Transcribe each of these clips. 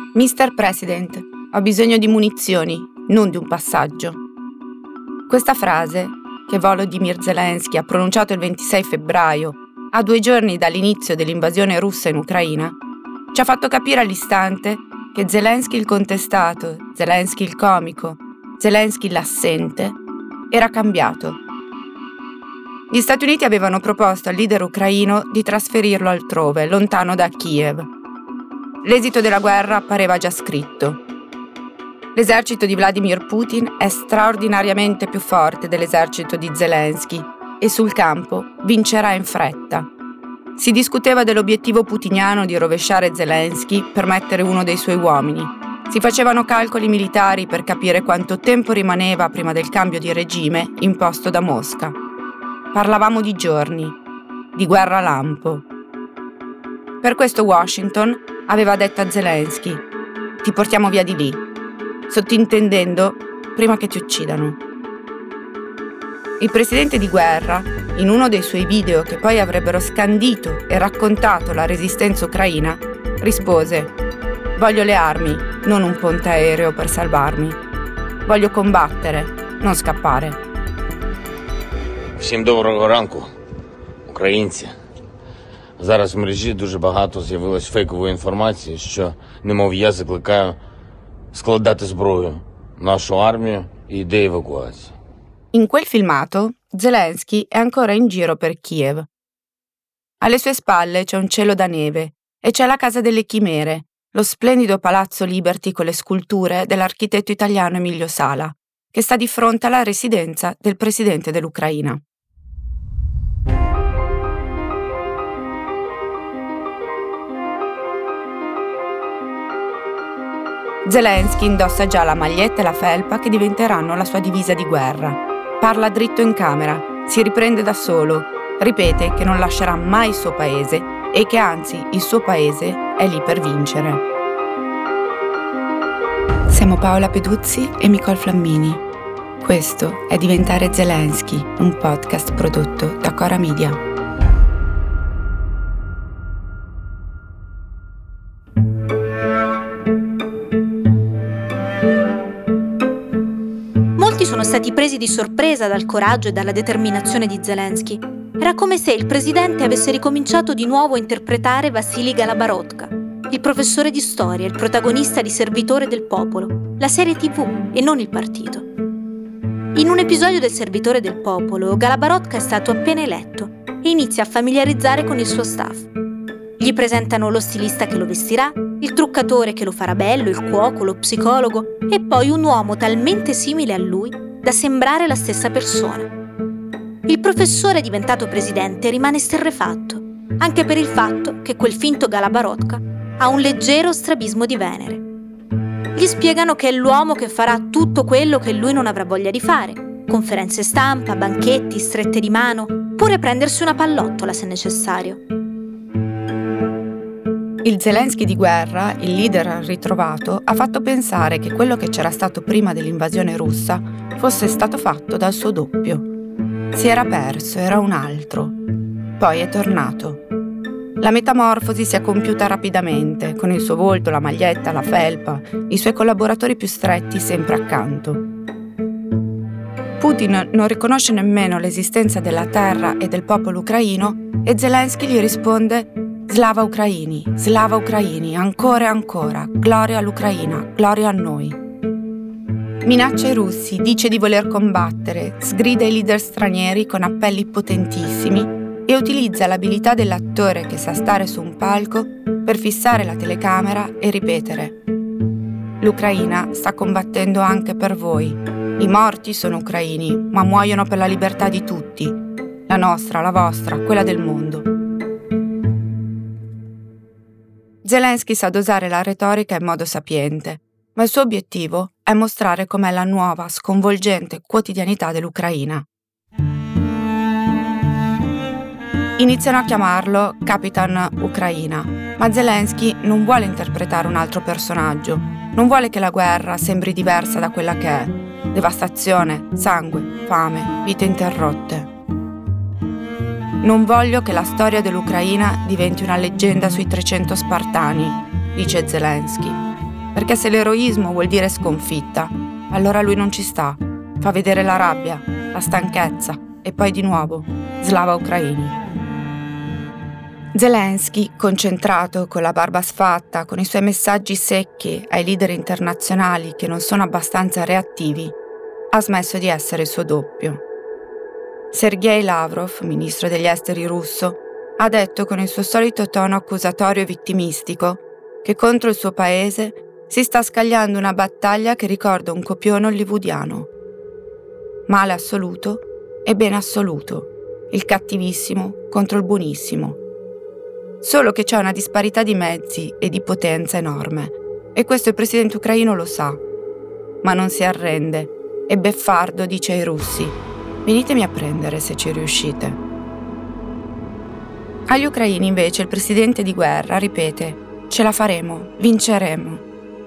Mr. President, ho bisogno di munizioni, non di un passaggio. Questa frase, che Volodymyr Zelensky ha pronunciato il 26 febbraio, a 2 giorni dall'inizio dell'invasione russa in Ucraina, ci ha fatto capire all'istante che Zelensky il contestato, Zelensky il comico, Zelensky l'assente, era cambiato. Gli Stati Uniti avevano proposto al leader ucraino di trasferirlo altrove, lontano da Kiev. L'esito della guerra pareva già scritto. L'esercito di Vladimir Putin è straordinariamente più forte dell'esercito di Zelensky e sul campo vincerà in fretta. Si discuteva dell'obiettivo putiniano di rovesciare Zelensky per mettere uno dei suoi uomini. Si facevano calcoli militari per capire quanto tempo rimaneva prima del cambio di regime imposto da Mosca. Parlavamo di giorni, di guerra lampo. Per questo Washington aveva detto a Zelensky: ti portiamo via di lì, sottintendendo prima che ti uccidano. Il presidente di guerra, in uno dei suoi video che poi avrebbero scandito e raccontato la resistenza ucraina, rispose: voglio le armi, non un ponte aereo per salvarmi. Voglio combattere, non scappare. Всім доброго ранку, українці. Зараз в мережі дуже багато з'явилось фейкової інформації, що, немов я закликаю складати зброю, нашу армію і йде евакуація. In quel filmato, Zelensky è ancora in giro per Kiev. Alle sue spalle c'è un cielo da neve e c'è la Casa delle Chimere, lo splendido palazzo Liberty con le sculture dell'architetto italiano Emilio Sala, che sta di fronte alla residenza del presidente dell'Ucraina. Zelensky indossa già la maglietta e la felpa che diventeranno la sua divisa di guerra. Parla dritto in camera, si riprende da solo, ripete che non lascerà mai il suo paese e che anzi il suo paese è lì per vincere. Siamo Paola Peduzzi e Nicole Flammini. Questo è Diventare Zelensky, un podcast prodotto da Cora Media. Sono stati presi di sorpresa dal coraggio e dalla determinazione di Zelensky. Era come se il presidente avesse ricominciato di nuovo a interpretare Vassili Galabarodka, il professore di storia, il protagonista di Servitore del Popolo, la serie TV e non il partito. In un episodio del Servitore del Popolo, Galabarodka è stato appena eletto e inizia a familiarizzare con il suo staff. Gli presentano lo stilista che lo vestirà, il truccatore che lo farà bello, il cuoco, lo psicologo e poi un uomo talmente simile a lui da sembrare la stessa persona. Il professore diventato presidente rimane esterrefatto, anche per il fatto che quel finto Galabarodka ha un leggero strabismo di Venere. Gli spiegano che è l'uomo che farà tutto quello che lui non avrà voglia di fare: conferenze stampa, banchetti, strette di mano, pure prendersi una pallottola se necessario. Il Zelensky di guerra, il leader ritrovato, ha fatto pensare che quello che c'era stato prima dell'invasione russa fosse stato fatto dal suo doppio. Si era perso, era un altro. Poi è tornato. La metamorfosi si è compiuta rapidamente, con il suo volto, la maglietta, la felpa, i suoi collaboratori più stretti sempre accanto. Putin non riconosce nemmeno l'esistenza della terra e del popolo ucraino e Zelensky gli risponde: Slava Ucraini, ancora e ancora, gloria all'Ucraina, gloria a noi. Minaccia i russi, dice di voler combattere, sgrida i leader stranieri con appelli potentissimi e utilizza l'abilità dell'attore che sa stare su un palco per fissare la telecamera e ripetere: l'Ucraina sta combattendo anche per voi. I morti sono ucraini, ma muoiono per la libertà di tutti, la nostra, la vostra, quella del mondo. Zelensky sa dosare la retorica in modo sapiente, ma il suo obiettivo è mostrare com'è la nuova, sconvolgente quotidianità dell'Ucraina. Iniziano a chiamarlo Capitan Ucraina, ma Zelensky non vuole interpretare un altro personaggio, non vuole che la guerra sembri diversa da quella che è: devastazione, sangue, fame, vite interrotte. Non voglio che la storia dell'Ucraina diventi una leggenda sui 300 spartani, dice Zelensky. perché se l'eroismo vuol dire sconfitta, allora lui non ci sta. Fa vedere la rabbia, la stanchezza e poi di nuovo Slava Ucraini. Zelensky, concentrato, con la barba sfatta, con i suoi messaggi secchi ai leader internazionali che non sono abbastanza reattivi, ha smesso di essere il suo doppio. Sergei Lavrov, ministro degli esteri russo, ha detto con il suo solito tono accusatorio e vittimistico che contro il suo paese si sta scagliando una battaglia che ricorda un copione hollywoodiano. Male assoluto e bene assoluto, il cattivissimo contro il buonissimo. Solo che c'è una disparità di mezzi e di potenza enorme, e questo il presidente ucraino lo sa, ma non si arrende e beffardo dice ai russi: venitemi a prendere se ci riuscite. Agli ucraini invece il presidente di guerra ripete: ce la faremo, vinceremo.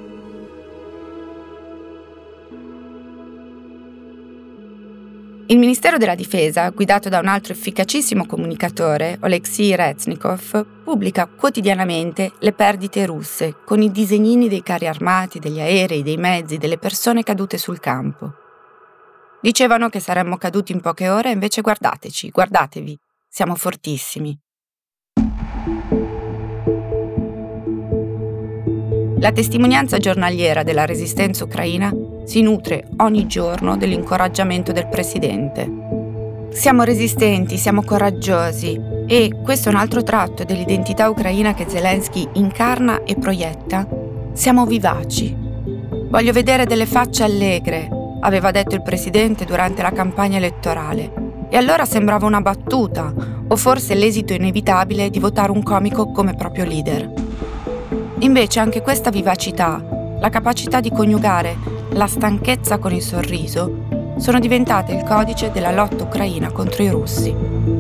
Il Ministero della Difesa, guidato da un altro efficacissimo comunicatore, Oleksiy Reznikov, pubblica quotidianamente le perdite russe con i disegnini dei carri armati, degli aerei, dei mezzi, delle persone cadute sul campo. Dicevano che saremmo caduti in poche ore, invece guardateci, guardatevi, siamo fortissimi. La testimonianza giornaliera della resistenza ucraina si nutre ogni giorno dell'incoraggiamento del presidente. Siamo resistenti, siamo coraggiosi e questo è un altro tratto dell'identità ucraina che Zelensky incarna e proietta. Siamo vivaci. Voglio vedere delle facce allegre, aveva detto il presidente durante la campagna elettorale. E allora sembrava una battuta, o forse l'esito inevitabile di votare un comico come proprio leader. Invece anche questa vivacità, la capacità di coniugare la stanchezza con il sorriso, sono diventate il codice della lotta ucraina contro i russi.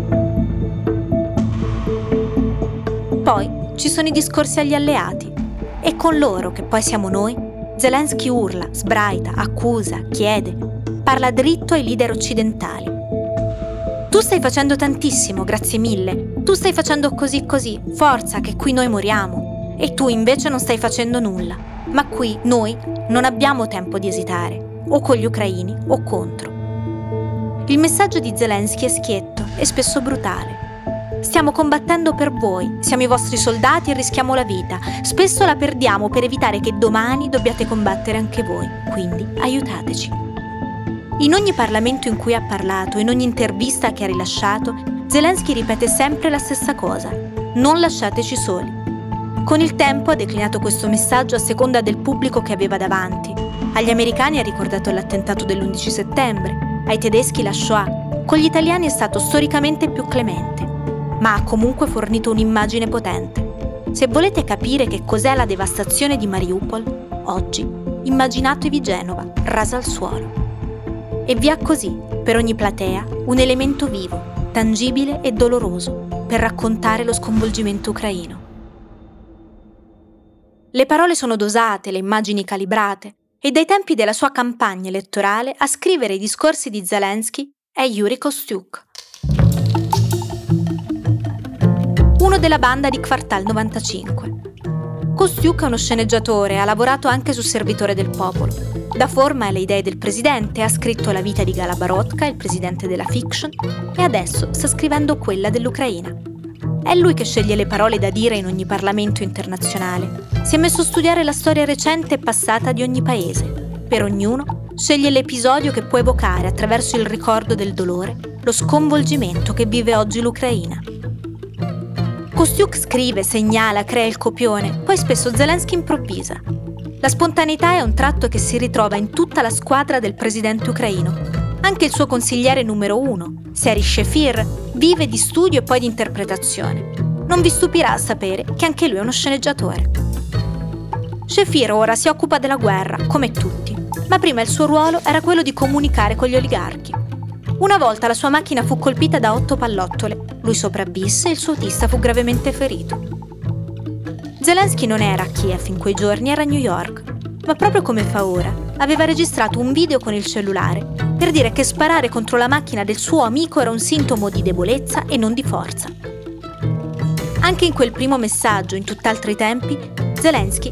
Poi ci sono i discorsi agli alleati. E con loro, che poi siamo noi, Zelensky urla, sbraita, accusa, chiede, parla dritto ai leader occidentali. Tu stai facendo tantissimo, grazie mille. Tu stai facendo così, forza che qui noi moriamo. E tu invece non stai facendo nulla. Ma qui noi non abbiamo tempo di esitare, o con gli ucraini o contro. Il messaggio di Zelensky è schietto e spesso brutale. Stiamo combattendo per voi, siamo i vostri soldati e rischiamo la vita. Spesso la perdiamo per evitare che domani dobbiate combattere anche voi, quindi aiutateci. In ogni parlamento in cui ha parlato, in ogni intervista che ha rilasciato, Zelensky ripete sempre la stessa cosa: non lasciateci soli. Con il tempo ha declinato questo messaggio a seconda del pubblico che aveva davanti. Agli americani ha ricordato l'attentato dell'11 settembre, ai tedeschi la Shoah. Con gli italiani è stato storicamente più clemente, ma ha comunque fornito un'immagine potente. Se volete capire che cos'è la devastazione di Mariupol, oggi immaginatevi Genova rasa al suolo. E vi ha così, per ogni platea, un elemento vivo, tangibile e doloroso, per raccontare lo sconvolgimento ucraino. Le parole sono dosate, le immagini calibrate, e dai tempi della sua campagna elettorale a scrivere i discorsi di Zelensky è Yuri Kostyuk, uno della banda di Kvartal 95. Kostyuk è uno sceneggiatore, ha lavorato anche su Servitore del Popolo. Da forma alle idee del presidente, ha scritto La vita di Galabarotka, il presidente della fiction, e adesso sta scrivendo quella dell'Ucraina. È lui che sceglie le parole da dire in ogni parlamento internazionale. Si è messo a studiare la storia recente e passata di ogni paese. Per ognuno sceglie l'episodio che può evocare, attraverso il ricordo del dolore, lo sconvolgimento che vive oggi l'Ucraina. Kostyuk scrive, segnala, crea il copione, poi spesso Zelensky improvvisa. La spontaneità è un tratto che si ritrova in tutta la squadra del presidente ucraino. Anche il suo consigliere numero 1, Serhiy Shefir, vive di studio e poi di interpretazione. Non vi stupirà sapere che anche lui è uno sceneggiatore. Shefir ora si occupa della guerra, come tutti, ma prima il suo ruolo era quello di comunicare con gli oligarchi. Una volta la sua macchina fu colpita da 8 pallottole, lui sopravvisse e il suo autista fu gravemente ferito. Zelensky non era a Kiev in quei giorni, era a New York, ma proprio come fa ora, aveva registrato un video con il cellulare per dire che sparare contro la macchina del suo amico era un sintomo di debolezza e non di forza. Anche in quel primo messaggio, in tutt'altri tempi, Zelensky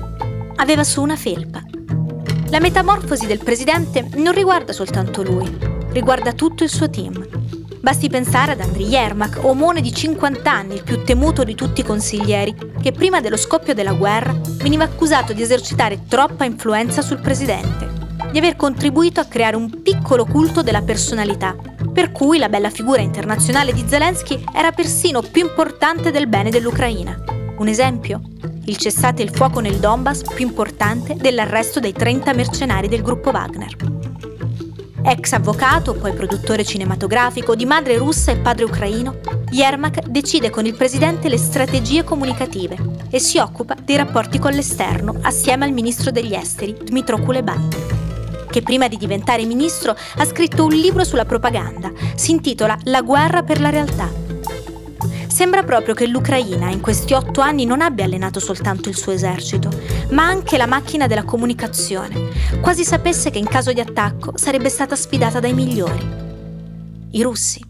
aveva su una felpa. La metamorfosi del presidente non riguarda soltanto lui, riguarda tutto il suo team. Basti pensare ad Andriy Yermak, omone di 50 anni, il più temuto di tutti i consiglieri, che prima dello scoppio della guerra veniva accusato di esercitare troppa influenza sul presidente, di aver contribuito a creare un piccolo culto della personalità, per cui la bella figura internazionale di Zelensky era persino più importante del bene dell'Ucraina. Un esempio? Il cessate il fuoco nel Donbass più importante dell'arresto dei 30 mercenari del gruppo Wagner. Ex avvocato, poi produttore cinematografico, di madre russa e padre ucraino, Yermak decide con il presidente le strategie comunicative e si occupa dei rapporti con l'esterno assieme al ministro degli esteri, Dmytro Kuleba, che prima di diventare ministro ha scritto un libro sulla propaganda, si intitola La guerra per la realtà. Sembra proprio che l'Ucraina in questi 8 anni non abbia allenato soltanto il suo esercito, ma anche la macchina della comunicazione, quasi sapesse che in caso di attacco sarebbe stata sfidata dai migliori, i russi.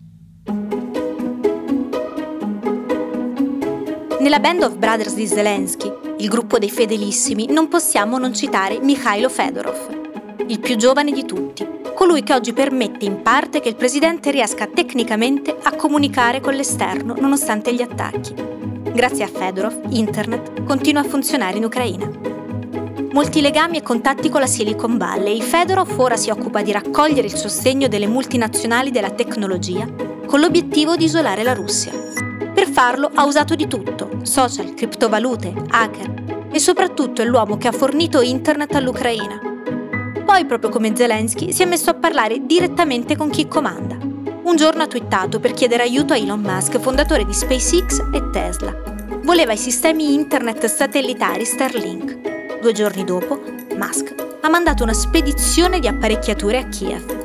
Nella Band of Brothers di Zelensky, il gruppo dei fedelissimi, non possiamo non citare Mikhailo Fedorov, il più giovane di tutti, colui che oggi permette in parte che il presidente riesca tecnicamente a comunicare con l'esterno nonostante gli attacchi. Grazie a Fedorov, internet continua a funzionare in Ucraina. Molti legami e contatti con la Silicon Valley. Fedorov ora si occupa di raccogliere il sostegno delle multinazionali della tecnologia con l'obiettivo di isolare la Russia. Per farlo ha usato di tutto: social, criptovalute, hacker e soprattutto è l'uomo che ha fornito internet all'Ucraina. Poi, proprio come Zelensky, si è messo a parlare direttamente con chi comanda. Un giorno ha twittato per chiedere aiuto a Elon Musk, fondatore di SpaceX e Tesla. Voleva i sistemi internet satellitari Starlink. 2 giorni dopo, Musk ha mandato una spedizione di apparecchiature a Kiev.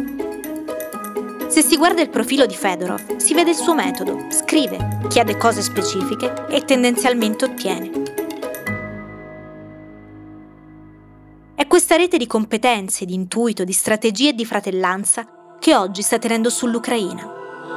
Se si guarda il profilo di Fedorov, si vede il suo metodo: scrive, chiede cose specifiche e tendenzialmente ottiene. È questa rete di competenze, di intuito, di strategie e di fratellanza che oggi sta tenendo sull'Ucraina.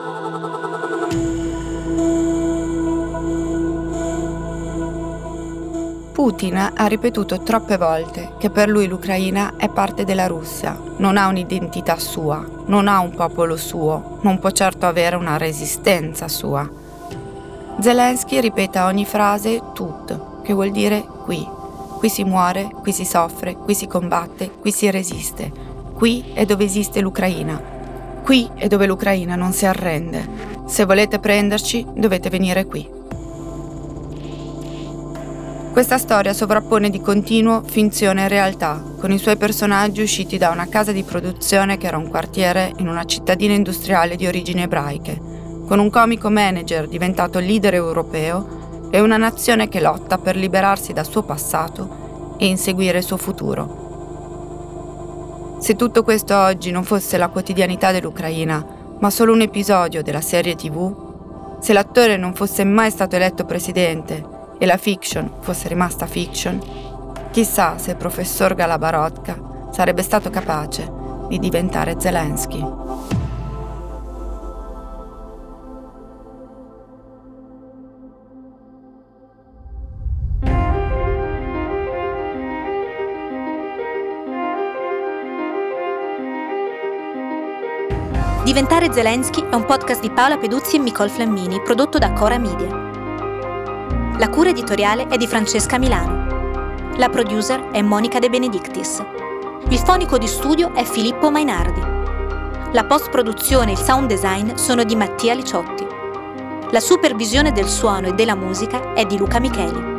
Putin ha ripetuto troppe volte che per lui l'Ucraina è parte della Russia, non ha un'identità sua, non ha un popolo suo, non può certo avere una resistenza sua. Zelensky ripete a ogni frase tut, che vuol dire qui. Qui si muore, qui si soffre, qui si combatte, qui si resiste. Qui è dove esiste l'Ucraina. Qui è dove l'Ucraina non si arrende. Se volete prenderci, dovete venire qui. Questa storia sovrappone di continuo finzione e realtà, con i suoi personaggi usciti da una casa di produzione che era un quartiere in una cittadina industriale di origini ebraiche, con un comico manager diventato leader europeo e una nazione che lotta per liberarsi dal suo passato e inseguire il suo futuro. Se tutto questo oggi non fosse la quotidianità dell'Ucraina, ma solo un episodio della serie TV, se l'attore non fosse mai stato eletto presidente e la fiction fosse rimasta fiction, chissà se il professor Galabarodka sarebbe stato capace di diventare Zelensky. Diventare Zelensky è un podcast di Paola Peduzzi e Nicole Flammini, prodotto da Cora Media. La cura editoriale è di Francesca Milano. La producer è Monica De Benedictis. Il fonico di studio è Filippo Mainardi. La post-produzione e il sound design sono di Mattia Liciotti. La supervisione del suono e della musica è di Luca Micheli.